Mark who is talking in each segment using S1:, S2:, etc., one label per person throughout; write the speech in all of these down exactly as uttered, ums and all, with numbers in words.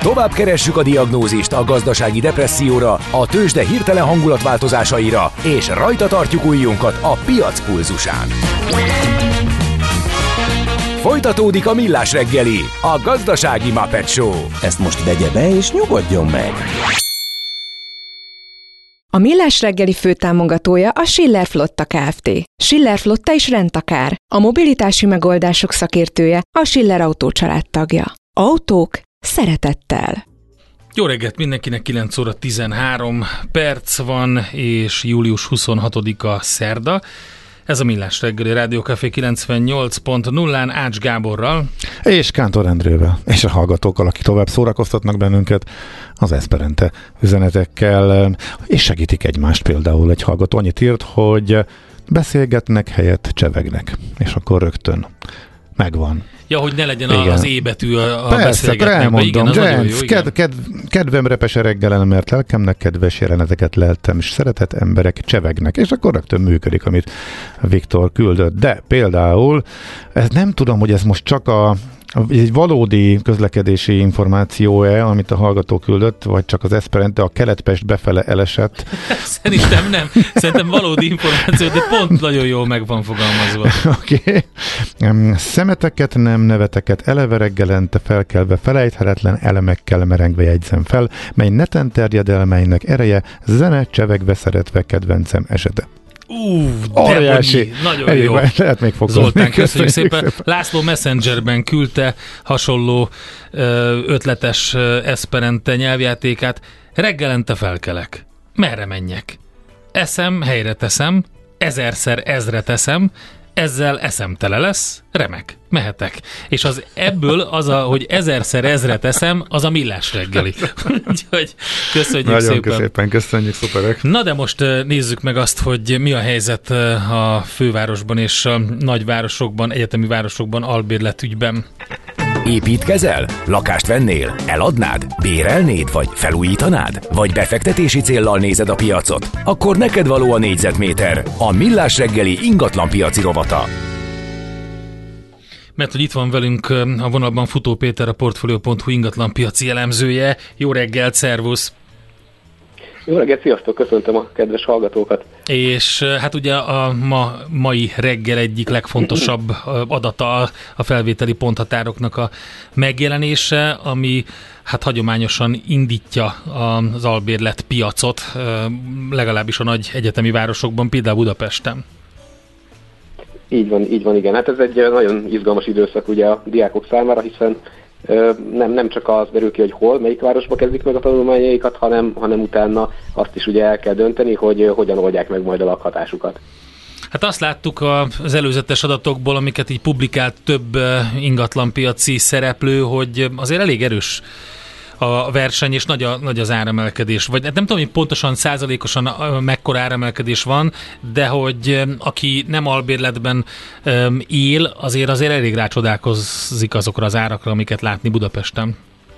S1: Tovább keressük a diagnózist a gazdasági depresszióra, a tőzsde hirtelen hangulatváltozásaira, és rajta tartjuk ujjunkat a piac pulzusán. Folytatódik a Millás reggeli, a gazdasági Muppet Show.
S2: Ezt most vegye be és nyugodjon meg!
S3: A Millás reggeli főtámogatója a Schiller Flotta Kft. Schiller Flotta is rendtakár. A mobilitási megoldások szakértője, a Schiller Autó család tagja. Autók szeretettel.
S4: Jó reggelt mindenkinek, kilenc óra tizenhárom perc van, és július huszonhatodika szerda. Ez a Millás reggeli Rádió Café kilencvennyolc pont nullán Ács Gáborral.
S5: És Kántor Endrével, és a hallgatókkal, akik tovább szórakoztatnak bennünket az Esperente üzenetekkel, és segítik egymást. Például egy hallgató annyit írt, hogy beszélgetnek helyett csevegnek, és akkor rögtön megvan.
S4: Ja, hogy ne legyen
S5: igen.
S4: Az E betű a, a
S5: Persze,
S4: beszélgetmekben.
S5: elmondom,
S4: Igen,
S5: Jens, ked, ked, kedvem repese reggelen, mert lelkemnek kedves jeleneteket leltem, és szeretett emberek csevegnek, és akkor rögtön működik, amit Viktor küldött. De például, ez nem tudom, hogy ez most csak a egy valódi közlekedési információ-e, amit a hallgató küldött, vagy csak az Esperente a Kelet-Pest befele elesett?
S4: Szerintem nem. Szerintem valódi információ, de pont nagyon jól meg van fogalmazva.
S5: Oké. Okay. Szemeteket nem, neveteket eleve reggelente felkelve felejthetetlen elemekkel merengve jegyzem fel, mely neten terjedelmeinek ereje, zene csevegve szeretve kedvencem esete.
S4: Ú,
S5: óriási.
S4: Nagyon
S5: Elég,
S4: jó.
S5: Lehet még fokozni.
S4: Zoltán, köszönjük szépen. szépen. László Messengerben küldte hasonló ötletes Esperente nyelvjátékát. Reggelente felkelek. Merre menjek? Eszem, helyre teszem, ezerszer ezre teszem, ezzel eszem tele lesz, remek, mehetek. És az ebből az, a, hogy ezerszer ezre teszem, az a Millás reggeli. Úgyhogy köszönjük
S5: Nagyon
S4: szépen.
S5: Nagyon szépen, köszönjük, szuperek.
S4: Na de most nézzük meg azt, hogy mi a helyzet a fővárosban és a nagyvárosokban, egyetemi városokban albérletügyben.
S1: Építkezel? Lakást vennél? Eladnád? Bérelnéd? Vagy felújítanád? Vagy befektetési céllal nézed a piacot? Akkor neked való a négyzetméter, a Millás reggeli ingatlanpiaci rovata.
S4: Mert hogy itt van velünk a vonalban Futó Péter, a Portfolio pont hu ingatlanpiaci elemzője. Jó reggelt, szervusz!
S6: Jó reggelt, sziasztok, köszöntöm a kedves hallgatókat.
S4: És hát ugye a ma, mai reggel egyik legfontosabb adata a felvételi ponthatároknak a megjelenése, ami hát hagyományosan indítja az albérlet piacot, legalábbis a nagy egyetemi városokban, például Budapesten.
S6: Így van, így van, igen. Hát ez egy nagyon izgalmas időszak ugye a diákok számára, hiszen Nem, nem csak az derül ki, hogy hol, melyik városba kezdik meg a tanulmányaikat, hanem, hanem utána azt is ugye el kell dönteni, hogy hogyan oldják meg majd a lakhatásukat.
S4: Hát azt láttuk az előzetes adatokból, amiket így publikált több ingatlanpiaci szereplő, hogy azért elég erős a verseny, és nagy, a, nagy az áremelkedés. Vagy nem tudom, hogy pontosan százalékosan mekkora áremelkedés van, de hogy aki nem albérletben um, él, azért azért elég rácsodálkozik azokra az árakra, amiket látni Budapesten.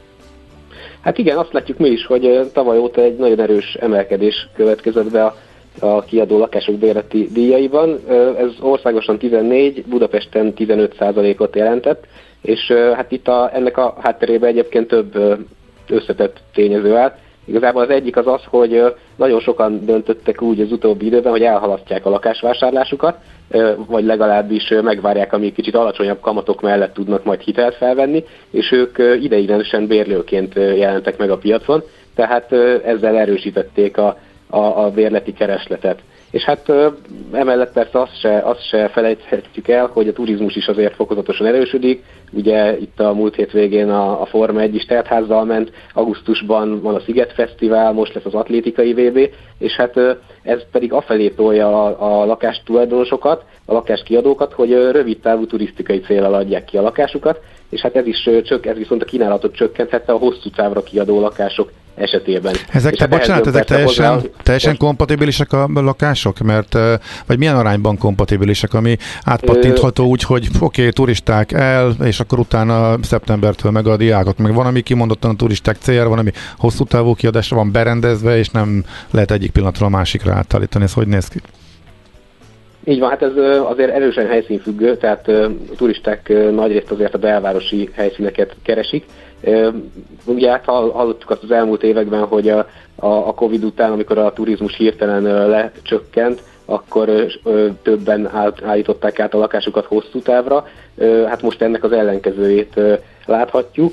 S6: Hát igen, azt látjuk mi is, hogy tavaly óta egy nagyon erős emelkedés következett be a, a kiadó lakások bérleti díjaiban. Ez országosan tizennégy, Budapesten tizenöt százalékot jelentett, és hát itt a, ennek a hátterében egyébként több összetett tényező áll. Igazából az egyik az az, hogy nagyon sokan döntöttek úgy az utóbbi időben, hogy elhalasztják a lakásvásárlásukat, vagy legalábbis megvárják, amíg kicsit alacsonyabb kamatok mellett tudnak majd hitelt felvenni, és ők ideiglenesen bérlőként jelentek meg a piacon, tehát ezzel erősítették a, a, a bérleti keresletet. És hát emellett persze azt se, azt se felejthetjük el, hogy a turizmus is azért fokozatosan erősödik. Ugye itt a múlt hétvégén a, a Forma egy is teltházzal ment, augusztusban van a Sziget Fesztivál, most lesz az atlétikai vé bé, és hát ez pedig afelé tolja a, a lakástulajdonosokat, a lakáskiadókat, hogy rövid távú turisztikai céllal adják ki a lakásukat, és hát ez is csök, ez viszont a kínálatot csökkenthette a hosszú távra kiadó lakások esetében.
S5: Ezek, te, bocsánat, ezek teljesen, hozzá, teljesen most... kompatibilisek a lakások? Mert, vagy milyen arányban kompatibilisek, ami átpattintható úgy, hogy oké, okay, turisták el, és akkor utána szeptembertől meg a diákok, meg van, ami kimondottan a turisták céljára, van, ami hosszú távú kiadásra van berendezve, és nem lehet egyik pillanatról a másikra átállítani. Ez hogy néz ki?
S6: Így van, hát ez azért erősen helyszínfüggő, tehát a turisták nagyrészt azért a belvárosi helyszíneket keresik. Ugye hát hallottuk azt az elmúlt években, hogy a, a Covid után, amikor a turizmus hirtelen lecsökkent, akkor többen állították át a lakásukat hosszú távra. Hát most ennek az ellenkezőjét láthatjuk.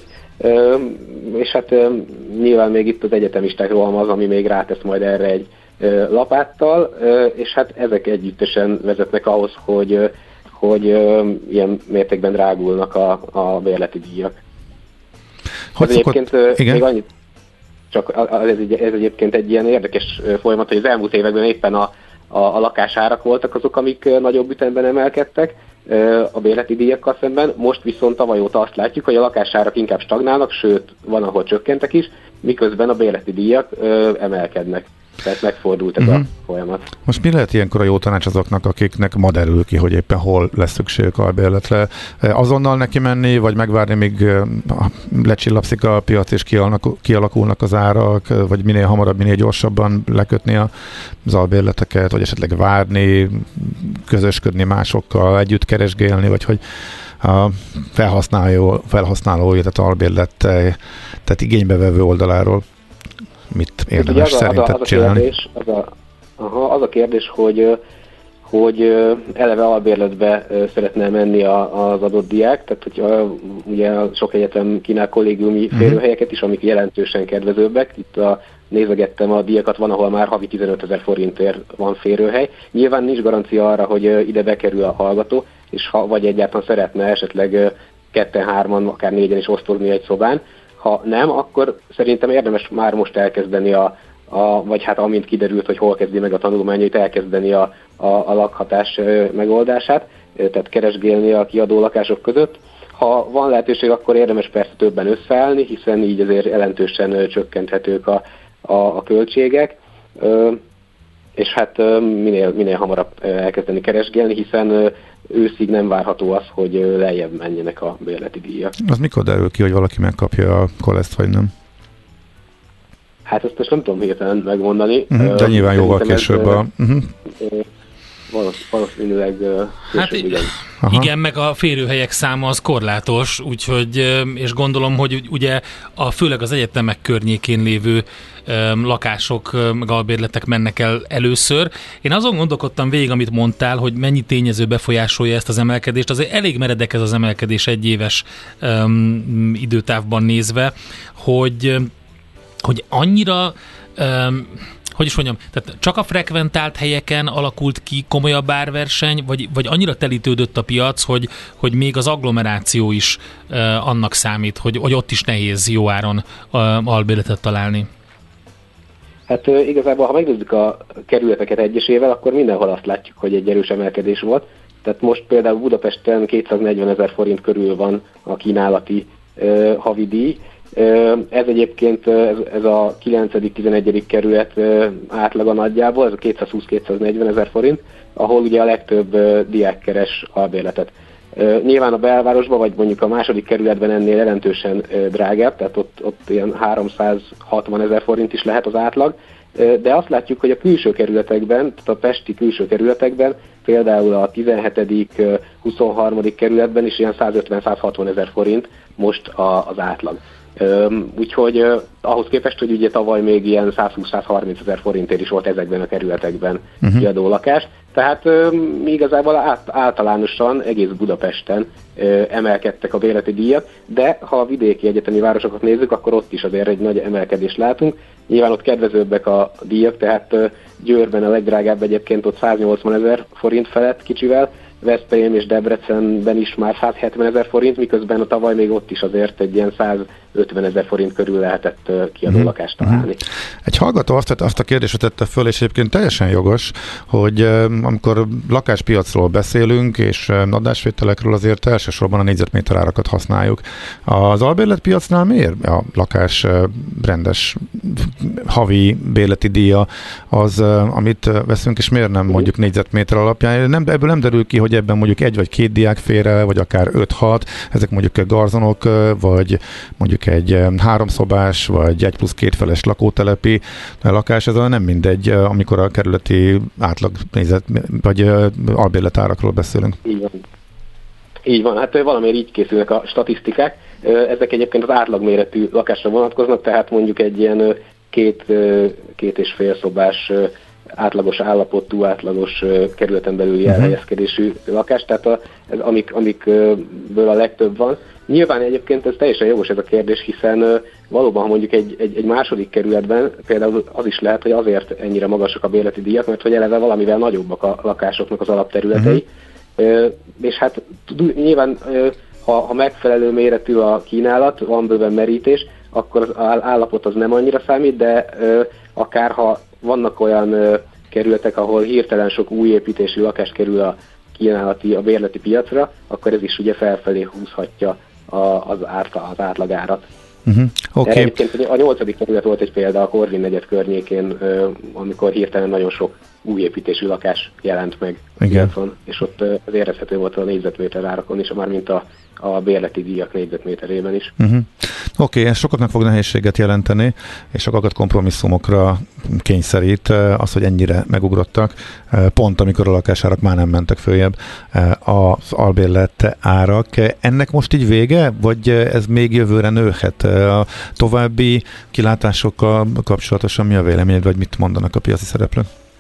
S6: És hát nyilván még itt az egyetemisták roham az, ami még rátesz majd erre egy lapáttal, és hát ezek együttesen vezetnek ahhoz, hogy, hogy ilyen mértékben drágulnak a, a bérleti díjak.
S5: Hogy
S6: ez
S5: szokott...
S6: egyébként
S5: Igen?
S6: még annyit, csak ez, ez egyébként egy ilyen érdekes folyamat, hogy az elmúlt években éppen a, a, a lakásárak voltak azok, amik nagyobb ütemben emelkedtek a bérleti díjakkal szemben. Most viszont tavaly óta azt látjuk, hogy a lakásárak inkább stagnálnak, sőt, van, ahol csökkentek is, miközben a bérleti díjak emelkednek. Tehát megfordult ez uh-huh. a folyamat.
S5: Most mi lehet ilyenkor a jó tanács azoknak, akiknek ma derül ki, hogy éppen hol lesz szükségük albérletre? Azonnal neki menni, vagy megvárni, míg lecsillapszik a piac és kialakulnak az árak, vagy minél hamarabb, minél gyorsabban lekötni az albérleteket, vagy esetleg várni, közösködni másokkal, együtt keresgélni, vagy hogy a felhasználó, felhasználó tehát albérlet, tehát igénybevevő oldaláról mit érdemes
S6: az
S5: szerinted
S6: az a, az
S5: csinálni?
S6: A kérdés, az, a, aha, az a kérdés, hogy, hogy eleve albérletbe szeretne menni az adott diák, tehát hogy ugye sok egyetem kínál kollégiumi uh-huh. férőhelyeket is, amik jelentősen kedvezőbbek. Itt a, nézegettem a díjakat, van, ahol már havi tizenötezer forintért van férőhely. Nyilván nincs garancia arra, hogy ide bekerül a hallgató, és ha vagy egyáltalán szeretne esetleg ketten-hárman, akár négyen is osztozni egy szobán. Ha nem, akkor szerintem érdemes már most elkezdeni, a, a, vagy hát amint kiderült, hogy hol kezdi meg a tanulmányait, elkezdeni a, a, a lakhatás megoldását, tehát keresgélni a kiadó lakások között. Ha van lehetőség, akkor érdemes persze többen összeállni, hiszen így azért jelentősen csökkenthetők a, a, a költségek, és hát minél, minél hamarabb elkezdeni keresgélni, hiszen őszig nem várható az, hogy lejjebb menjenek a bérleti díjak.
S5: Az mikor derül ki, hogy valaki megkapja a koleszt, vagy nem?
S6: Hát ezt most nem tudom hirtelen megmondani.
S5: Uh-huh, de nyilván jóval később. A... Uh-huh.
S6: Valószínűleg később,
S4: hát,
S6: igen.
S4: Aha. Igen, meg a férőhelyek száma az korlátos, úgyhogy, és gondolom, hogy ugye a, főleg az egyetemek környékén lévő um, lakások, meg albérletek mennek el először. Én azon gondolkodtam végig, amit mondtál, hogy mennyi tényező befolyásolja ezt az emelkedést. Azért elég meredek ez az emelkedés egy éves um, időtávban nézve, hogy, hogy annyira... Um, hogy is mondjam, tehát csak a frekventált helyeken alakult ki komolyabb árverseny, vagy, vagy annyira telítődött a piac, hogy, hogy még az agglomeráció is uh, annak számít, hogy, hogy ott is nehéz jó áron uh, albérletet találni?
S6: Hát uh, igazából, ha megnézzük a kerületeket egyesével, akkor mindenhol azt látjuk, hogy egy erős emelkedés volt. Tehát most például Budapesten kétszáznegyvenezer forint körül van a kínálati uh, havidíj. Ez egyébként ez, ez a kilencedik-tizenegyedik kerület átlaga nagyjából, ez a kétszázhúsz-kétszáznegyven ezer forint, ahol ugye a legtöbb diák keres albérletet. Nyilván a belvárosban, vagy mondjuk a második kerületben ennél jelentősen drágább, tehát ott, ott ilyen háromszázhatvan ezer forint is lehet az átlag, de azt látjuk, hogy a külső kerületekben, tehát a pesti külső kerületekben, például a tizenhetedik huszonharmadik kerületben is ilyen százötven-százhatvan ezer forint most a, az átlag. Um, úgyhogy uh, ahhoz képest, hogy ugye tavaly még ilyen százhúsz-százharminc ezer forintért is volt ezekben a kerületekben uh-huh. kiadó lakás. Tehát um, igazából át, általánosan egész Budapesten uh, emelkedtek a bérleti díjak, de ha a vidéki egyetemi városokat nézzük, akkor ott is azért egy nagy emelkedést látunk. Nyilván ott kedvezőbbek a díjak, tehát uh, Győrben a legdrágább egyébként ott száznyolcvan ezer forint felett kicsivel, Veszprém és Debrecenben is már százhetven ezer forint, miközben a tavaly még ott is azért egy ilyen százötven ezer forint körül lehetett kiadó lakást találni.
S5: Egy hallgató azt, azt a kérdést tette föl, és egyébként teljesen jogos, hogy amikor lakáspiacról beszélünk, és adásvételekről, azért elsősorban a négyzetméter árakat használjuk. Az albérletpiacnál miért a lakás rendes havi bérleti díja az, amit veszünk, és miért nem mondjuk négyzetméter alapján? Nem, ebből nem derül ki, hogy ebben mondjuk egy vagy két diák fér el, vagy akár öt-hat, ezek mondjuk garzonok, vagy mondjuk mondjuk egy háromszobás, vagy egy plusz két feles lakótelepi lakás, ez nem mindegy, amikor a kerületi átlag nézet, vagy albérletárakról beszélünk.
S6: Így van. Így van, hát valamiért így készülnek a statisztikák. Ezek egyébként az átlagméretű lakásra vonatkoznak, tehát mondjuk egy ilyen két, két és fél szobás átlagos állapotú, átlagos kerületen belüli elhelyezkedésű lakás, tehát a, ez, amik, amikből a legtöbb van. Nyilván egyébként ez teljesen jogos ez a kérdés, hiszen valóban, ha mondjuk egy, egy, egy második kerületben például az is lehet, hogy azért ennyire magasak a bérleti díjak, mert hogy eleve valamivel nagyobbak a lakásoknak az alapterületei. Uh-huh. És hát nyilván, ha, ha megfelelő méretű a kínálat, van bőven merítés, akkor az állapot az nem annyira számít, de akár ha vannak olyan kerületek, ahol hirtelen sok új építésű lakás kerül a kínálati, a bérleti piacra, akkor ez is ugye felfelé húzhatja a, az, átla, az átlagárat.
S5: Uh-huh. Okay.
S6: Egyébként a nyolcadik kerület volt egy példa a Korvin negyed környékén, amikor hirtelen nagyon sok új építésű lakás jelent meg piacon, és ott az érezhető volt a négyzetméter árakon is, mármint a, a bérleti díjak négyzetméterében is.
S5: Uh-huh. Oké, okay, ez sokaknak fog nehézséget jelenteni, és sokakat kompromisszumokra kényszerít az, hogy ennyire megugrottak, pont amikor a lakásárak már nem mentek följebb az albérlet árak. Ennek most így vége, vagy ez még jövőre nőhet? A további kilátásokkal kapcsolatosan mi a véleményed, vagy mit mondanak a piaci szereplők?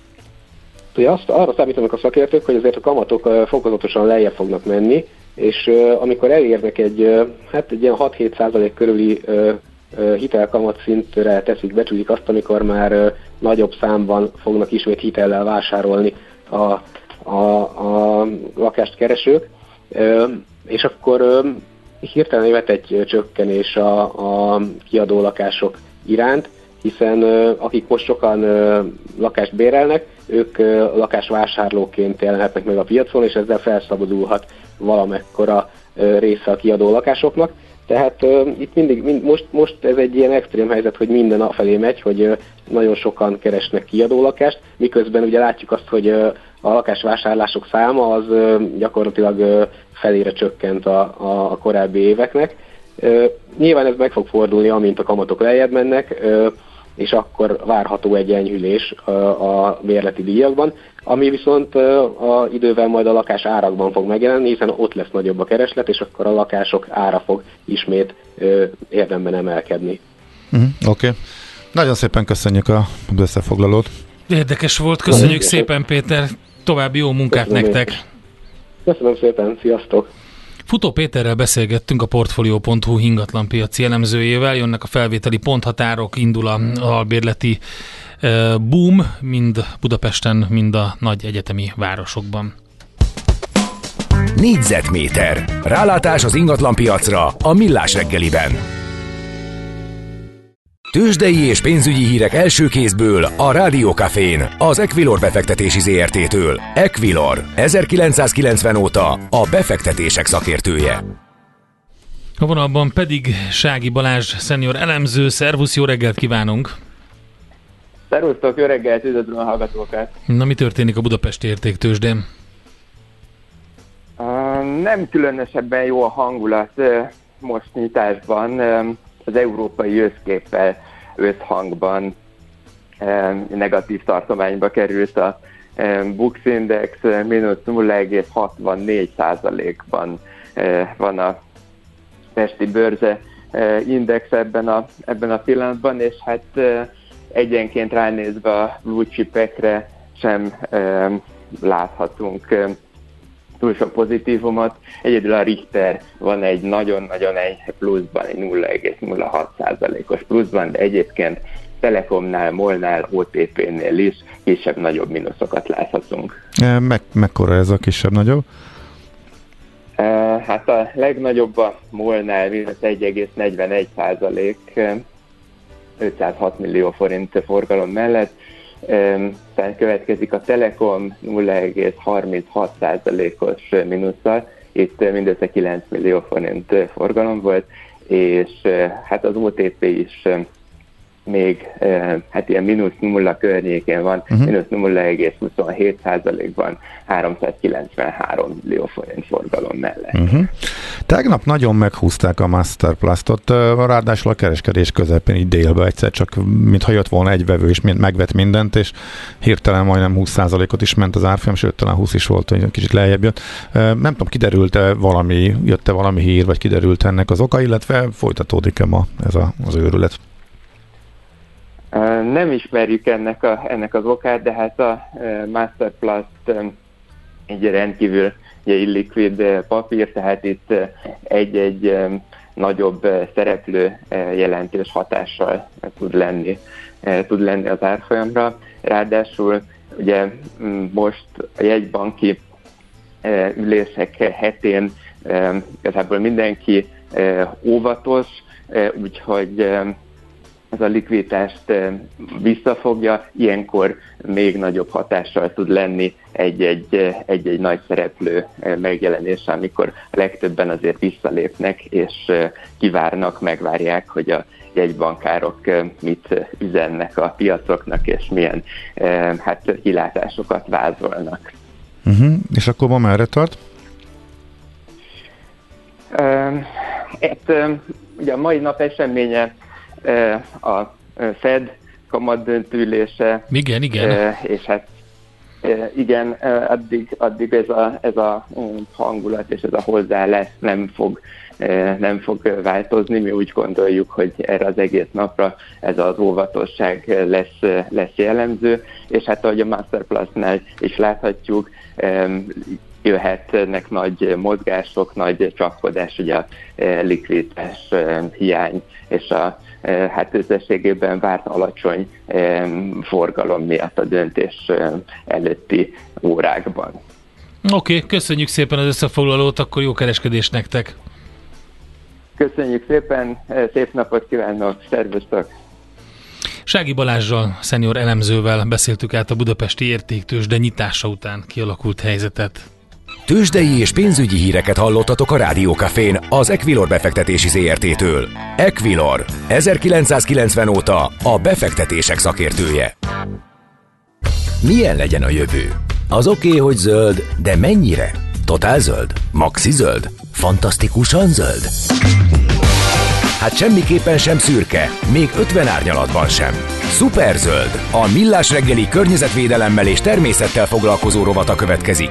S6: Ugye azt, arra számítanak a szakértők, hogy azért a kamatok fokozatosan lejjebb fognak menni, és uh, amikor elérnek egy, uh, hát egy ilyen hat-hét százalék körüli uh, uh, hitelkamat szintre teszik, becsülik azt, amikor már uh, nagyobb számban fognak ismét hitellel vásárolni a, a, a lakást keresők, uh, és akkor uh, hirtelen jöhet egy csökkenés a, a kiadó lakások iránt, hiszen uh, akik most sokan uh, lakást bérelnek, ők uh, lakásvásárlóként jelenhetnek meg a piacon, és ezzel felszabadulhat valamekkora uh, része a kiadó lakásoknak. Tehát uh, itt mindig, mind, most, most ez egy ilyen extrém helyzet, hogy minden afelé megy, hogy uh, nagyon sokan keresnek kiadó lakást, miközben ugye látjuk azt, hogy uh, a lakásvásárlások száma az uh, gyakorlatilag uh, felére csökkent a, a, a korábbi éveknek. Uh, nyilván ez meg fog fordulni, amint a kamatok lejjebb mennek, uh, és akkor várható egy enyhülés a bérleti díjakban, ami viszont a idővel majd a lakás árakban fog megjelenni, hiszen ott lesz nagyobb a kereslet, és akkor a lakások ára fog ismét érdemben emelkedni.
S5: Uh-huh, Oké. Okay. Nagyon szépen köszönjük a összefoglalót.
S4: Érdekes volt, köszönjük uh-huh. szépen, Péter, további jó munkát Köszönöm nektek. Én.
S6: Köszönöm szépen, sziasztok!
S4: Futó Péterrel beszélgettünk, a Portfolio pont hu ingatlanpiaci elemzőjével. Jönnek a felvételi ponthatárok, indul a albérleti uh, boom, mind Budapesten, mind a nagy egyetemi városokban.
S1: Négyzetméter. Rálátás az ingatlanpiacra a Millás reggeliben. Tőzsdei és pénzügyi hírek első kézből a Rádió Cafén, az Equilor befektetési zé er té-től. Equilor, ezerkilencszázkilencven óta a befektetések szakértője.
S4: A vonalban pedig Sági Balázs, szenior elemző. Szervusz, jó reggelt kívánunk!
S7: Szervusztok, jó reggelt, üdvözlöm a hallgatókat!
S4: Na, mi történik a budapesti értéktőzsdén?
S7: Uh, nem különösebben jó a hangulat uh, most nyitásban. Uh, az európai összképpel összhangban um, negatív tartományba került a um, Bux Index, uh, mínusz nulla egész hatvannégy százalékban uh, van a pesti bőrze uh, index ebben a, ebben a pillanatban, és hát uh, egyenként ránézve a blue chipekre sem um, láthatunk um, túl sok pozitívumot. Egyedül a Richter van egy nagyon-nagyon enyhe pluszban, egy nulla egész nulla hat százalékos pluszban, de egyébként Telekomnál, MOL-nál, o té pé-nél is kisebb-nagyobb mínuszokat láthatunk.
S5: Meg, mekkora ez a kisebb-nagyobb?
S7: Hát a legnagyobb a MOL-nál mínusz egy egész negyvenegy százalék, ötszázhat millió forint forgalom mellett. Aztán következik a Telekom nulla egész harminchat százalékos mínusszal, itt mindössze kilenc millió forint forgalom volt, és hát az o té pé is még hát ilyen mínusz nulla környékén van, uh-huh. mínusz nulla egész huszonhét százalékban háromszázkilencvenhárom millió forint forgalom mellett.
S5: Uh-huh. Tegnap nagyon meghúzták a Masterplastot, ráadásul a kereskedés közepén így délbe egyszer csak, mintha jött volna egy vevő és megvett mindent, és hirtelen majdnem húsz százalékot is ment az árfolyam, sőt talán húsz is volt, hogy kicsit lejjebb jött. Nem tudom, kiderült-e valami, jött-e valami hír, vagy kiderült ennek az oka, illetve folytatódik-e ma ez a, az őrület?
S7: Nem ismerjük ennek, a, ennek az okát, de hát a Masterplast egy rendkívül illikvid papír, tehát itt egy-egy nagyobb szereplő jelentős hatással tud lenni, tud lenni az árfolyamra. Ráadásul ugye most a jegybanki ülések hetén igazából mindenki óvatos, úgyhogy ez a likviditást visszafogja, ilyenkor még nagyobb hatással tud lenni egy-egy, egy-egy nagy szereplő megjelenése, amikor a legtöbben azért visszalépnek, és kivárnak, megvárják, hogy a jegybankárok mit üzennek a piacoknak, és milyen hát, kilátásokat vázolnak.
S5: Uh-huh. És akkor ma merre tart?
S7: Uh, itt, uh, ugye a mai nap eseménye a Fed kamatdöntőülése.
S4: Igen, igen.
S7: És hát igen, addig, addig ez, a, ez a hangulat és ez a hozzáállás nem fog, nem fog változni. Mi úgy gondoljuk, hogy erre az egész napra ez az óvatosság lesz, lesz jellemző, és hát ahogy a Masterplastnál is láthatjuk, jöhetnek nagy mozgások, nagy csapkodás, ugye a likviditás hiány és a hát összességében várt alacsony forgalom miatt a döntés előtti órákban.
S4: Oké, okay, köszönjük szépen az összefoglalót, akkor jó kereskedést nektek!
S7: Köszönjük szépen, szép napot kívánok, szervusztok!
S4: Sági Balázssal, szenior elemzővel beszéltük át a budapesti értéktőzsde nyitása után kialakult helyzetet.
S1: Tőzsdei és pénzügyi híreket hallottatok a Rádiókafén az Equilor befektetési zé er té-től. Equilor, ezerkilencszázkilencven óta a befektetések szakértője. Milyen legyen a jövő? Az oké, okay, hogy zöld, de mennyire? Totál zöld? Maxi zöld? Fantasztikusan zöld? Hát semmiképpen sem szürke, még ötven árnyalatban sem. Szuperzöld, a millás reggeli környezetvédelemmel és természettel foglalkozó rovata következik.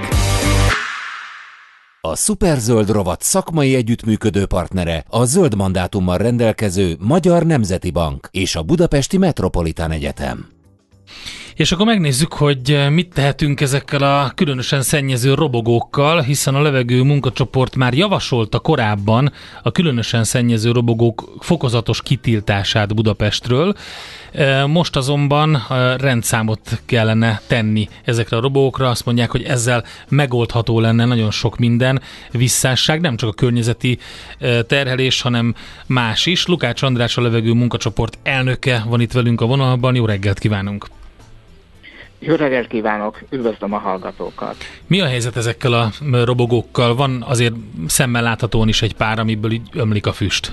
S2: A Szuperzöld rovat szakmai együttműködő partnere a zöld mandátummal rendelkező Magyar Nemzeti Bank és a Budapesti Metropolitán Egyetem.
S4: És akkor megnézzük, hogy mit tehetünk ezekkel a különösen szennyező robogókkal, hiszen a levegő munkacsoport már javasolta korábban a különösen szennyező robogók fokozatos kitiltását Budapestről. Most azonban rendszámot kellene tenni ezekre a robogókra. Azt mondják, hogy ezzel megoldható lenne nagyon sok minden visszásság, nem csak a környezeti terhelés, hanem más is. Lukács András, a levegő munkacsoport elnöke van itt velünk a vonalban. Jó reggelt kívánunk!
S8: Jó reggelt kívánok, üdvözlöm a hallgatókat!
S4: Mi a helyzet ezekkel a robogókkal? Van azért szemmel láthatóan is egy pár, amiből így ömlik a füst.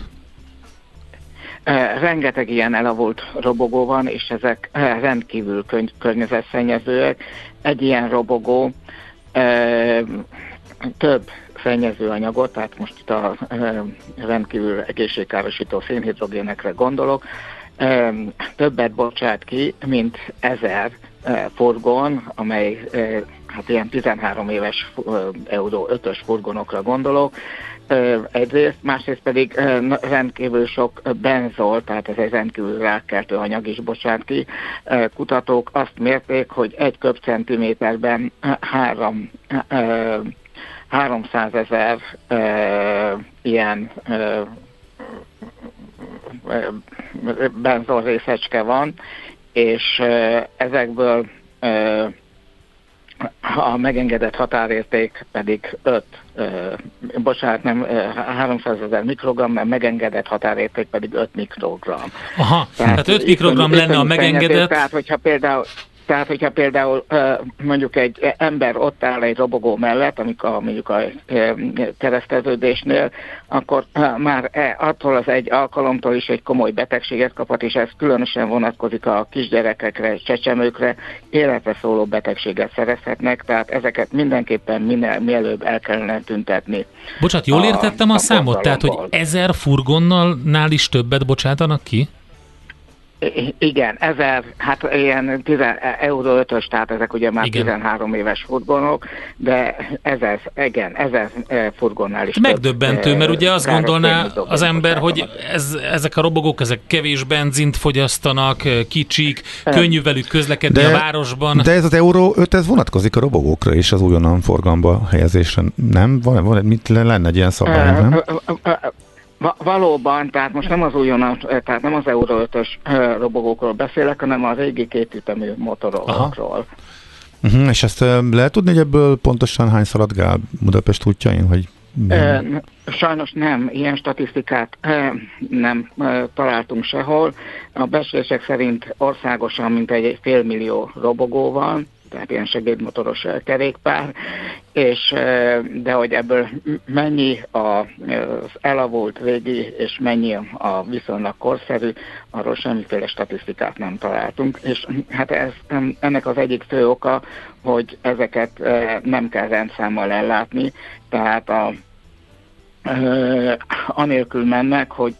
S8: E, rengeteg ilyen elavult robogó van, és ezek e, rendkívül könny- környezetszennyezőek. Egy ilyen robogó e, több szennyezőanyagot, tehát most itt a e, rendkívül egészségkárosító szénhidrogénekre gondolok, e, többet bocsát ki, mint ezer furgon, amely hát ilyen tizenhárom éves Euro ötös furgonokra gondolok. Egyrészt, másrészt pedig rendkívül sok benzol, tehát ez egy rendkívül rákkeltő anyag is bocsát ki. Kutatók azt mérték, hogy egy köbcentiméterben három, háromszázezer ilyen benzol részecske van, és ezekből a megengedett határérték pedig öt, bocsánat, nem háromszázezer mikrogram, mert megengedett határérték pedig öt mikrogram.
S4: Aha, tehát, tehát öt mikrogram lenne a megengedett.
S8: Tehát, hogyha például Tehát, hogyha például mondjuk egy ember ott áll egy robogó mellett, amikor mondjuk a kereszteződésnél, akkor már attól az egy alkalomtól is egy komoly betegséget kaphat, és ez különösen vonatkozik a kisgyerekekre, csecsemőkre, életre szóló betegséget szerezhetnek, tehát ezeket mindenképpen minél mielőbb el kellene tüntetni.
S4: Bocsát, jól értettem a, a számot? Tehát, hogy ezer furgonnal is többet bocsátanak ki?
S8: Igen, ezer, hát ilyen tíz euró ötös, tehát ezek ugye már igen. tizenhárom éves furgonok, de ezer, igen, ezer furgonnál is
S4: megdöbbentő,
S8: több,
S4: mert ugye azt gondolná az ember, hogy ez, ezek a robogók, ezek kevés benzint fogyasztanak, kicsik, könnyű velük közlekedni de, a városban.
S5: De ez az euró öt, ez vonatkozik a robogókra is, az újonnan forgalomba helyezésre, nem? Van, van, mit lenne egy ilyen szabály, nem?
S8: Valóban, tehát most nem az újonnan, tehát nem az Euró ötös robogókról beszélek, hanem a régi kétütemű motorokról.
S5: Uh-huh, és ezt lehet tudni, hogy ebből pontosan hány szaladgál Budapest útjain, vagy
S8: nem? Sajnos nem, ilyen statisztikát nem találtunk sehol. A becslések szerint országosan mintegy félmillió robogó van, tehát ilyen segédmotoros kerékpár, és de hogy ebből mennyi az elavult régi, és mennyi a viszonylag korszerű, arról semmiféle statisztikát nem találtunk, és hát ez, ennek az egyik fő oka, hogy ezeket nem kell rendszámmal ellátni, tehát a, anélkül mennek, hogy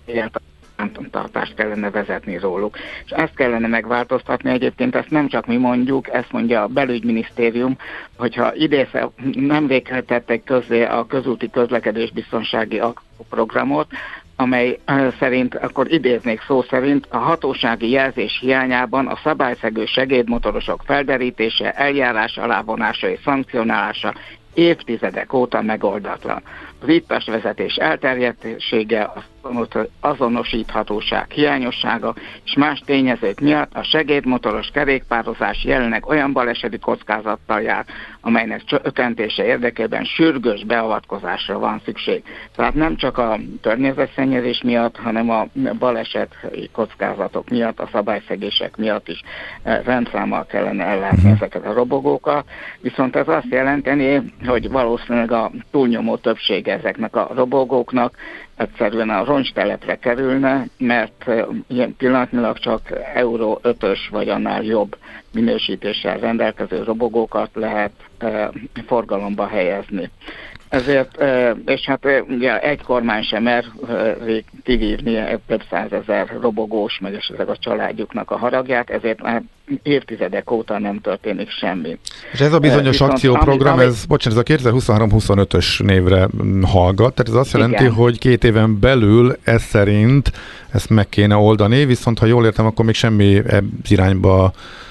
S8: tartást kellene vezetni róluk. És ezt kellene megváltoztatni, egyébként ezt nem csak mi mondjuk, ezt mondja a belügyminisztérium, hogyha idézve nemrég tettek közzé a közúti közlekedésbiztonsági programot, amely szerint, akkor idéznék szó szerint, a hatósági jelzés hiányában a szabályszegő segédmotorosok felderítése, eljárás alávonása és szankcionálása évtizedek óta megoldatlan. Az ittas vezetés elterjedtsége, azonosíthatóság hiányossága és más tényezők miatt a segédmotoros kerékpározás jelenleg olyan baleseti kockázattal jár, amelynek csökkentése érdekében sürgős beavatkozásra van szükség. Tehát nem csak a környezetszennyezés miatt, hanem a baleset kockázatok miatt, a szabályszegések miatt is rendszámmal kellene ellátni ezeket a robogókat. Viszont ez azt jelenteni, hogy valószínűleg a túlnyomó többsége ezeknek a robogóknak egyszerűen a roncstelepre kerülne, mert ilyen pillanatnyilag csak Euró ötös vagy annál jobb minősítéssel rendelkező robogókat lehet e, forgalomba helyezni. Ezért, e, és hát e, ugye egy kormány sem mer e, kivívni több százezer robogós, meg ezek a családjuknak a haragját, ezért már évtizedek óta nem történik semmi.
S5: És ez a bizonyos
S8: Viszont,
S5: akcióprogram,
S8: amit,
S5: ez, bocsánat, ez a kétezer-huszonhárom huszonötös névre hallgat, tehát ez azt jelenti, igen, hogy két éven belül ez szerint ezt meg kéne oldani, viszont ha jól értem, akkor még semmi irányba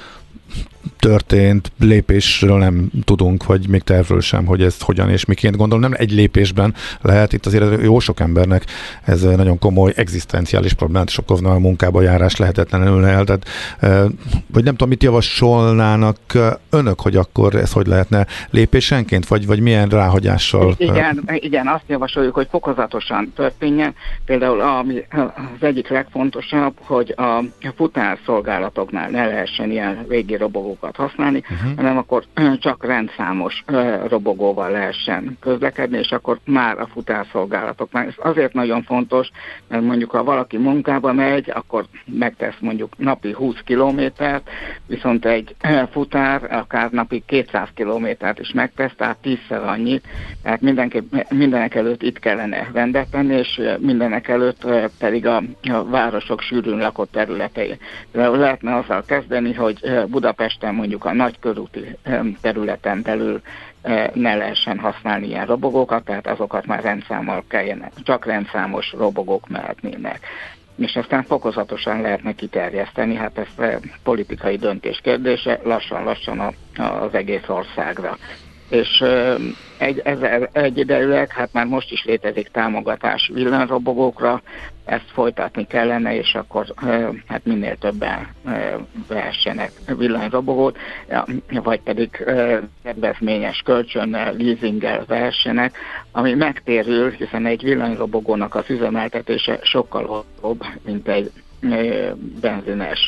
S5: történt lépésről nem tudunk, vagy még tervről sem, hogy ezt hogyan és miként, gondolom nem egy lépésben lehet, itt azért jó sok embernek ez nagyon komoly egzisztenciális problémát is okozna, a munkába járás lehetetlenül el, tehát, vagy nem tudom, mit javasolnának önök, hogy akkor ez hogy lehetne lépésenként, vagy, vagy milyen ráhagyással?
S8: Igen, igen, azt javasoljuk, hogy fokozatosan történjen. Például az egyik legfontosabb, hogy a futárszolgálatoknál ne lehessen ilyen régi robogókat használni, uh-huh. hanem akkor csak rendszámos robogóval lehessen közlekedni, és akkor már a futárszolgálatoknál. Ez azért nagyon fontos, mert mondjuk ha valaki munkába megy, akkor megtesz mondjuk napi húsz kilométert, viszont egy futár akár napi kétszáz kilométert is megtesz, tehát tízszer annyit, tehát mindenek előtt itt kellene rendet tenni, és mindenek előtt pedig a, a városok sűrűn lakott területei. Lehetne azzal kezdeni, hogy Budapesten mondjuk a nagy körúti területen belül ne lehessen használni ilyen robogókat, tehát azokat már rendszámmal kellene, csak rendszámos robogók mehetnének. És aztán fokozatosan lehetne kiterjeszteni, hát ez politikai döntés kérdése, lassan-lassan az egész országra. És egy, ezzel egyidejűleg, hát már most is létezik támogatás villanyrobogókra, ezt folytatni kellene, és akkor hát minél többen vehessenek villanyrobogót, vagy pedig kedvezményes kölcsönnel, leasinggel vehessenek, ami megtérül, hiszen egy villanyrobogónak az üzemeltetése sokkal olcsóbb, mint egy benzines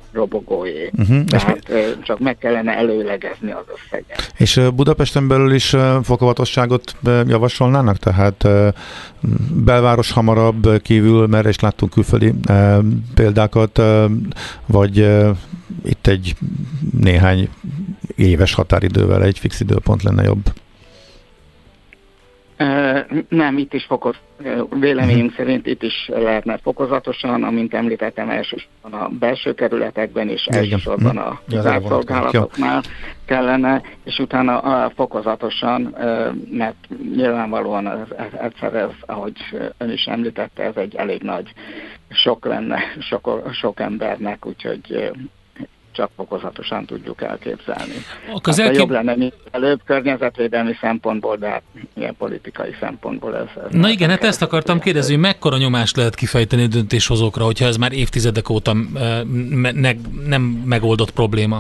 S8: robogóé.
S5: Uh-huh.
S8: Tehát és csak meg kellene előlegezni az összeget.
S5: És Budapesten belül is fokovatosságot javasolnának? Tehát belváros hamarabb kívül, mert is láttunk külföldi példákat, vagy itt egy néhány éves határidővel egy fix időpont lenne jobb?
S8: Nem, itt is fokoz, véleményünk szerint itt is lehetne fokozatosan, amint említettem, elsősorban a belső kerületekben és elsősorban a zárszolgálatoknál kellene, és utána a fokozatosan, mert nyilvánvalóan ez, egyszer ez, ahogy ön is említette, ez egy elég nagy sok lenne sok, sok embernek, úgyhogy csak fokozatosan tudjuk elképzelni. A közelkép... hát, jobb lenne, mint előbb környezetvédelmi szempontból, de hát ilyen politikai szempontból ez... ez
S4: Na igen, hát ezt akartam kérdezni, hogy mekkora nyomást lehet kifejteni a döntéshozókra, hogyha ez már évtizedek óta me- ne- nem megoldott probléma?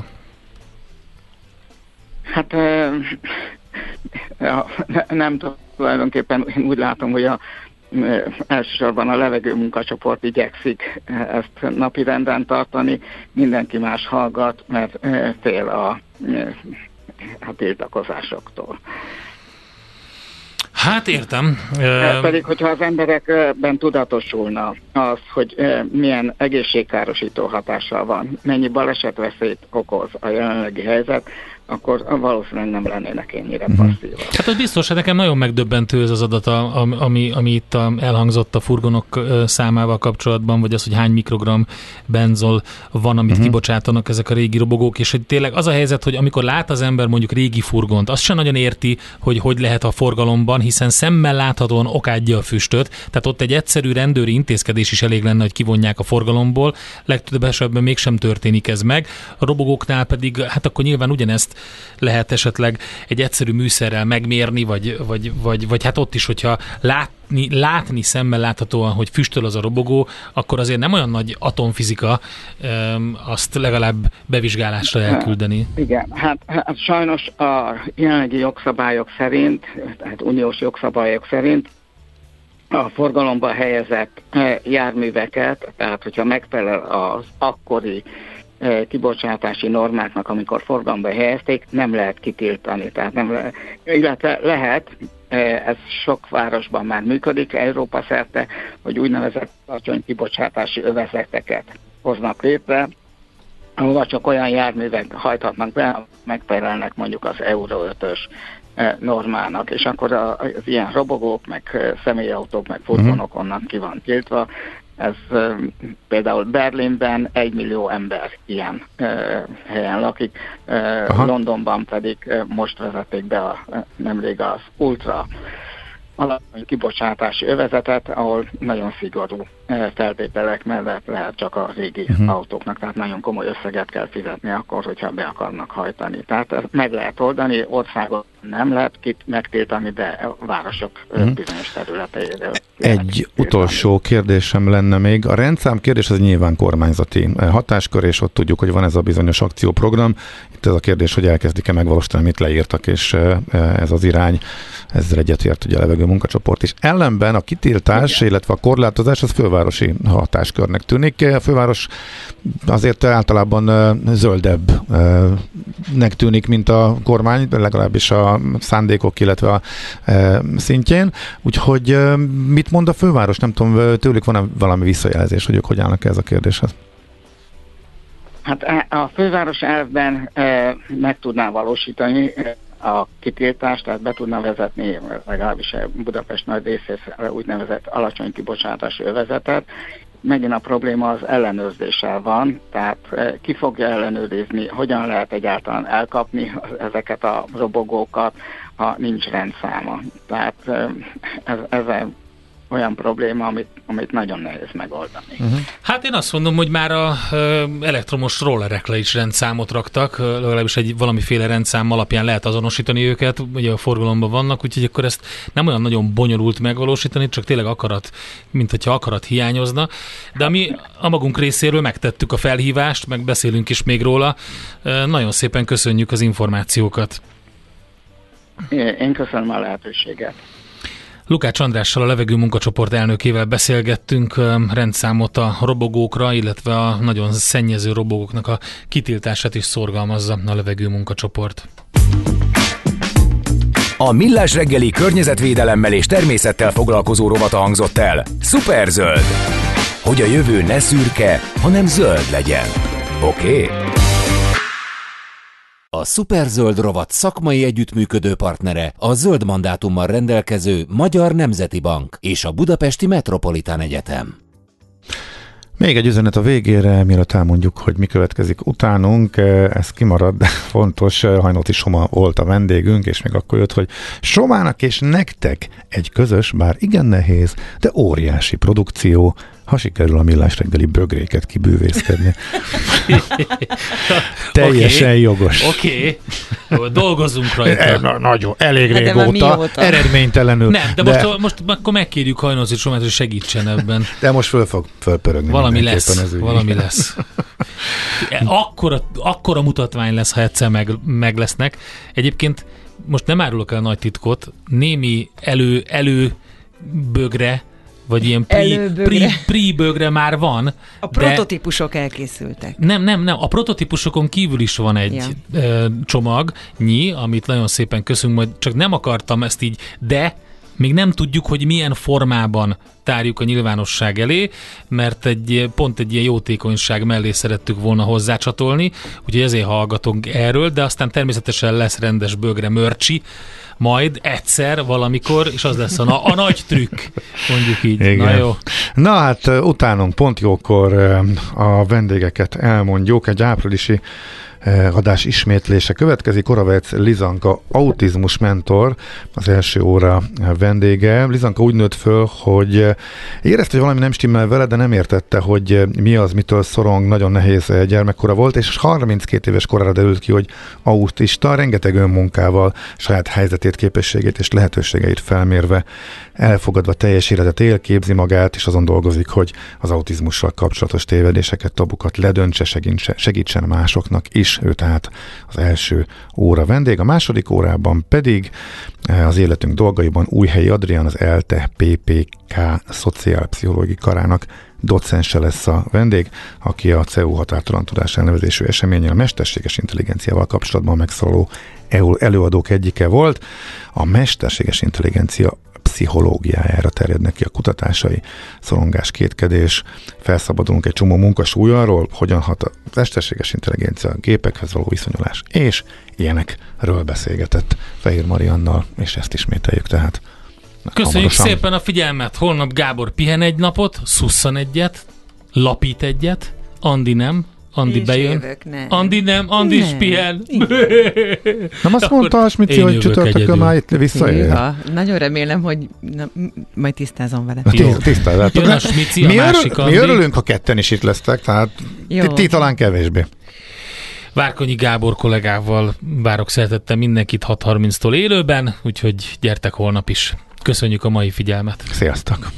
S8: Hát nem tudom, tulajdonképpen úgy látom, hogy a elsősorban a levegő munkacsoport igyekszik ezt napirenden tartani, mindenki más hallgat, mert fél a, a tiltakozásoktól.
S4: Hát értem.
S8: Pedig, hogyha az emberekben tudatosulna az, hogy milyen egészségkárosító hatással van, mennyi balesetveszélyt okoz a jelenlegi helyzet, akkor valószínűleg nem lennének ennyire passzívak.
S4: Hát az biztos, hogy nekem nagyon megdöbbentő ez az adat, ami, ami itt elhangzott a furgonok számával kapcsolatban, vagy az, hogy hány mikrogram benzol van, amit uh-huh. kibocsátanak ezek a régi robogók, és hogy tényleg az a helyzet, hogy amikor lát az ember mondjuk régi furgont, azt sem nagyon érti, hogy hogy lehet a forgalomban, hiszen szemmel láthatóan okádja a füstöt, tehát ott egy egyszerű rendőri intézkedés is elég lenne, hogy kivonják a forgalomból, legtöbb esetben mégsem történik ez meg. A robogóknál pedig, hát akkor nyilván ugyanezt lehet esetleg egy egyszerű műszerrel megmérni, vagy, vagy, vagy, vagy hát ott is, hogyha látni, látni szemmel láthatóan, hogy füstöl az a robogó, akkor azért nem olyan nagy atomfizika azt legalább bevizsgálásra elküldeni.
S8: Igen, hát, hát sajnos a jelenlegi jogszabályok szerint, tehát uniós jogszabályok szerint a forgalomba helyezett járműveket, tehát hogyha megfelel az akkori kibocsátási normáknak, amikor forgalomba helyezték, nem lehet kitiltani. Tehát nem le, illetve lehet, ez sok városban már működik Európa szerte, hogy úgynevezett alacsony kibocsátási övezeteket hoznak létre, ahova csak olyan járművek hajthatnak be, megfelelnek mondjuk az Euro ötös normának, és akkor az ilyen robogók, meg személyautók, meg furgonok onnan ki van tiltva. Ez uh, például Berlinben egy millió ember ilyen uh, helyen lakik, uh, Londonban pedig uh, most vezették be a, uh, nemrég az ultra alacsony kibocsátási övezetet, ahol nagyon szigorú uh, feltételek mellett lehet csak a régi uh-huh. autóknak, tehát nagyon komoly összeget kell fizetni akkor, hogyha be akarnak hajtani. Tehát ezt meg lehet oldani, országot nem lehet kit megtiltani, de a városok uh-huh. bizonyos területeiről.
S5: Egy utolsó kérdésem lenne még. A rendszám kérdés az nyilván kormányzati hatáskör, és ott tudjuk, hogy van ez a bizonyos akcióprogram. Itt ez a kérdés, hogy elkezdik-e megvalósítani, amit leírtak, és ez az irány, ezzel egyetért ugye a levegő munkacsoport is. Ellenben a kitiltás, igen. illetve a korlátozás az fővárosi hatáskörnek tűnik. A főváros azért általában zöldebbnek tűnik, mint a kormány, legalábbis a szándékok, illetve a szintjén. Úgyhogy mit mond a főváros? Nem tudom, tőlük van-e valami visszajelzés, hogy ők hogy állnak ez a kérdéshez?
S8: Hát a főváros elvben meg tudná valósítani a kitiltást, tehát be tudna vezetni legalábbis Budapest nagy részére úgynevezett alacsony kibocsátású övezetet. Megint a probléma az ellenőrzéssel van, tehát ki fogja ellenőrizni, hogyan lehet egyáltalán elkapni ezeket a robogókat, ha nincs rendszáma. Tehát ez, ez olyan probléma, amit, amit nagyon nehéz megoldani. Uh-huh.
S4: Hát én azt mondom, hogy már a ö, elektromos rollerekre is rendszámot raktak, legalábbis egy valamiféle rendszám alapján lehet azonosítani őket, ugye a forgalomban vannak, úgyhogy akkor ezt nem olyan nagyon bonyolult megvalósítani, csak tényleg akarat, mint hogyha akarat hiányozna. De ami a magunk részéről megtettük a felhívást, meg beszélünk is még róla. Nagyon szépen köszönjük az információkat.
S8: Én köszönöm a lehetőséget.
S4: Lukács Andrással, a Levegő munkacsoport elnökével beszélgettünk rendszámot a robogókra, illetve a nagyon szennyező robogóknak a kitiltását is szorgalmazza a Levegő munkacsoport.
S1: A Millás reggeli környezetvédelemmel és természettel foglalkozó rovata hangzott el. Szuperzöld! Hogy a jövő ne szürke, hanem zöld legyen. Oké? Okay?
S2: A Szuperzöld rovat szakmai együttműködő partnere a zöld mandátummal rendelkező Magyar Nemzeti Bank és a Budapesti Metropolitán Egyetem.
S5: Még egy üzenet a végére, mielőtt elmondjuk, hogy mi következik utánunk, ez kimarad, de fontos, Hajnóti Soma volt a vendégünk, és még akkor jött, hogy Somának és nektek egy közös, bár igen nehéz, de óriási produkció, ha sikerül a Millás reggeli bögréket kibűvészkedni. Teljesen
S4: okay.
S5: jogos.
S4: Oké, okay. Dolgozunk rajta.
S5: Na, nagyon, elég hát régóta, eredménytelenül.
S4: Nem, de, de most, most akkor megkérjük Hajnóti Somát, hogy segítsen ebben.
S5: De most föl fog fölpörögni.
S4: Valami lesz, ez valami lesz. Akkora, akkora mutatvány lesz, ha egyszer meg, meg lesznek. Egyébként most nem árulok el nagy titkot, némi elő, elő bögre, vagy ilyen pre-bögre már van.
S9: A prototípusok elkészültek.
S4: Nem, nem, nem. A prototípusokon kívül is van egy ja. ö, csomagnyi, amit nagyon szépen köszönünk, majd csak nem akartam ezt így, de még nem tudjuk, hogy milyen formában tárjuk a nyilvánosság elé, mert egy, pont egy ilyen jótékonyság mellé szerettük volna hozzácsatolni, úgyhogy ezért hallgatunk erről, de aztán természetesen lesz rendes bögre mörcsi, majd egyszer, valamikor, és az lesz a, na- a nagy trükk, mondjuk így.
S5: Igen.
S4: Na jó.
S5: Na hát utánunk pont jókor a vendégeket elmondjuk, egy áprilisi adás ismétlése következik. Oravec Lizanka, autizmus mentor, az első óra vendége. Lizanka úgy nőtt föl, hogy érezte, hogy valami nem stimmel vele, de nem értette, hogy mi az, mitől szorong, nagyon nehéz gyermekkora volt, és harminckét éves korára derült ki, hogy autista, rengeteg önmunkával saját helyzetét, képességét és lehetőségeit felmérve, elfogadva teljes életet él, képzi magát, és azon dolgozik, hogy az autizmussal kapcsolatos tévedéseket, tabukat ledöntse, segítse, segítsen másoknak is. Ő tehát az első óra vendég. A második órában pedig az életünk dolgaiban Újhelyi Adrián, az ELTE pé pé ká szociálpszichológiai karának docense lesz a vendég, aki a cé e u határtalan tudás elnevezésű eseményen a mesterséges intelligenciával kapcsolatban megszólaló előadók egyike volt. A mesterséges intelligencia pszichológiájára terjednek ki a kutatásai, szorongás, kétkedés, felszabadulunk egy csomó munkasúly arról, hogyan hat a mesterséges intelligencia, a gépekhez való viszonyulás, és ilyenekről beszélgetett Fehér Mariannal, és ezt ismételjük tehát.
S4: Köszönjük
S5: hamarosan.
S4: Szépen a figyelmet! Holnap Gábor pihen egy napot, szusszan egyet, lapít egyet, Andi nem, Andi
S9: és
S4: bejön.
S9: Jövök, nem.
S4: Andi nem, Andi is pihen.
S5: Nem azt mondta a Smici, hogy csütörtökön már itt visszaér?
S9: Ja, nagyon remélem, hogy na, majd tisztázom vele.
S5: Tisztázzátok.
S4: Jön a Smici, a
S5: mi,
S4: másik
S5: örül,
S4: Andi.
S5: mi örülünk, ha ketten is itt lesztek, tehát ti, ti talán kevésbé.
S4: Várkonyi Gábor kollégával várok szeretettel mindenkit hat harminctól élőben, úgyhogy gyertek holnap is. Köszönjük a mai figyelmet.
S5: Sziasztok!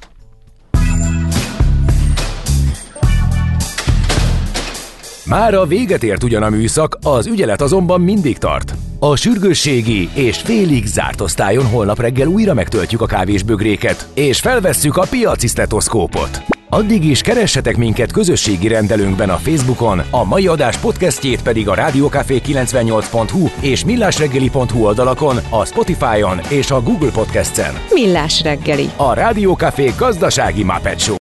S1: Mára véget ért ugyan a műszak, az ügyelet azonban mindig tart. A sürgősségi és félig zárt osztályon holnap reggel újra megtöltjük a kávésbögréket, és felvesszük a piaci sztetoszkópot. Addig is keressetek minket közösségi rendelőnkben a Facebookon, a mai adás podcastjét pedig a rádiókafé kilencvennyolc pont hu és millásreggeli pont hu oldalakon, a Spotify-on és a Google Podcast-en.
S3: Millás reggeli.
S1: A Rádiókafé gazdasági Muppet Show.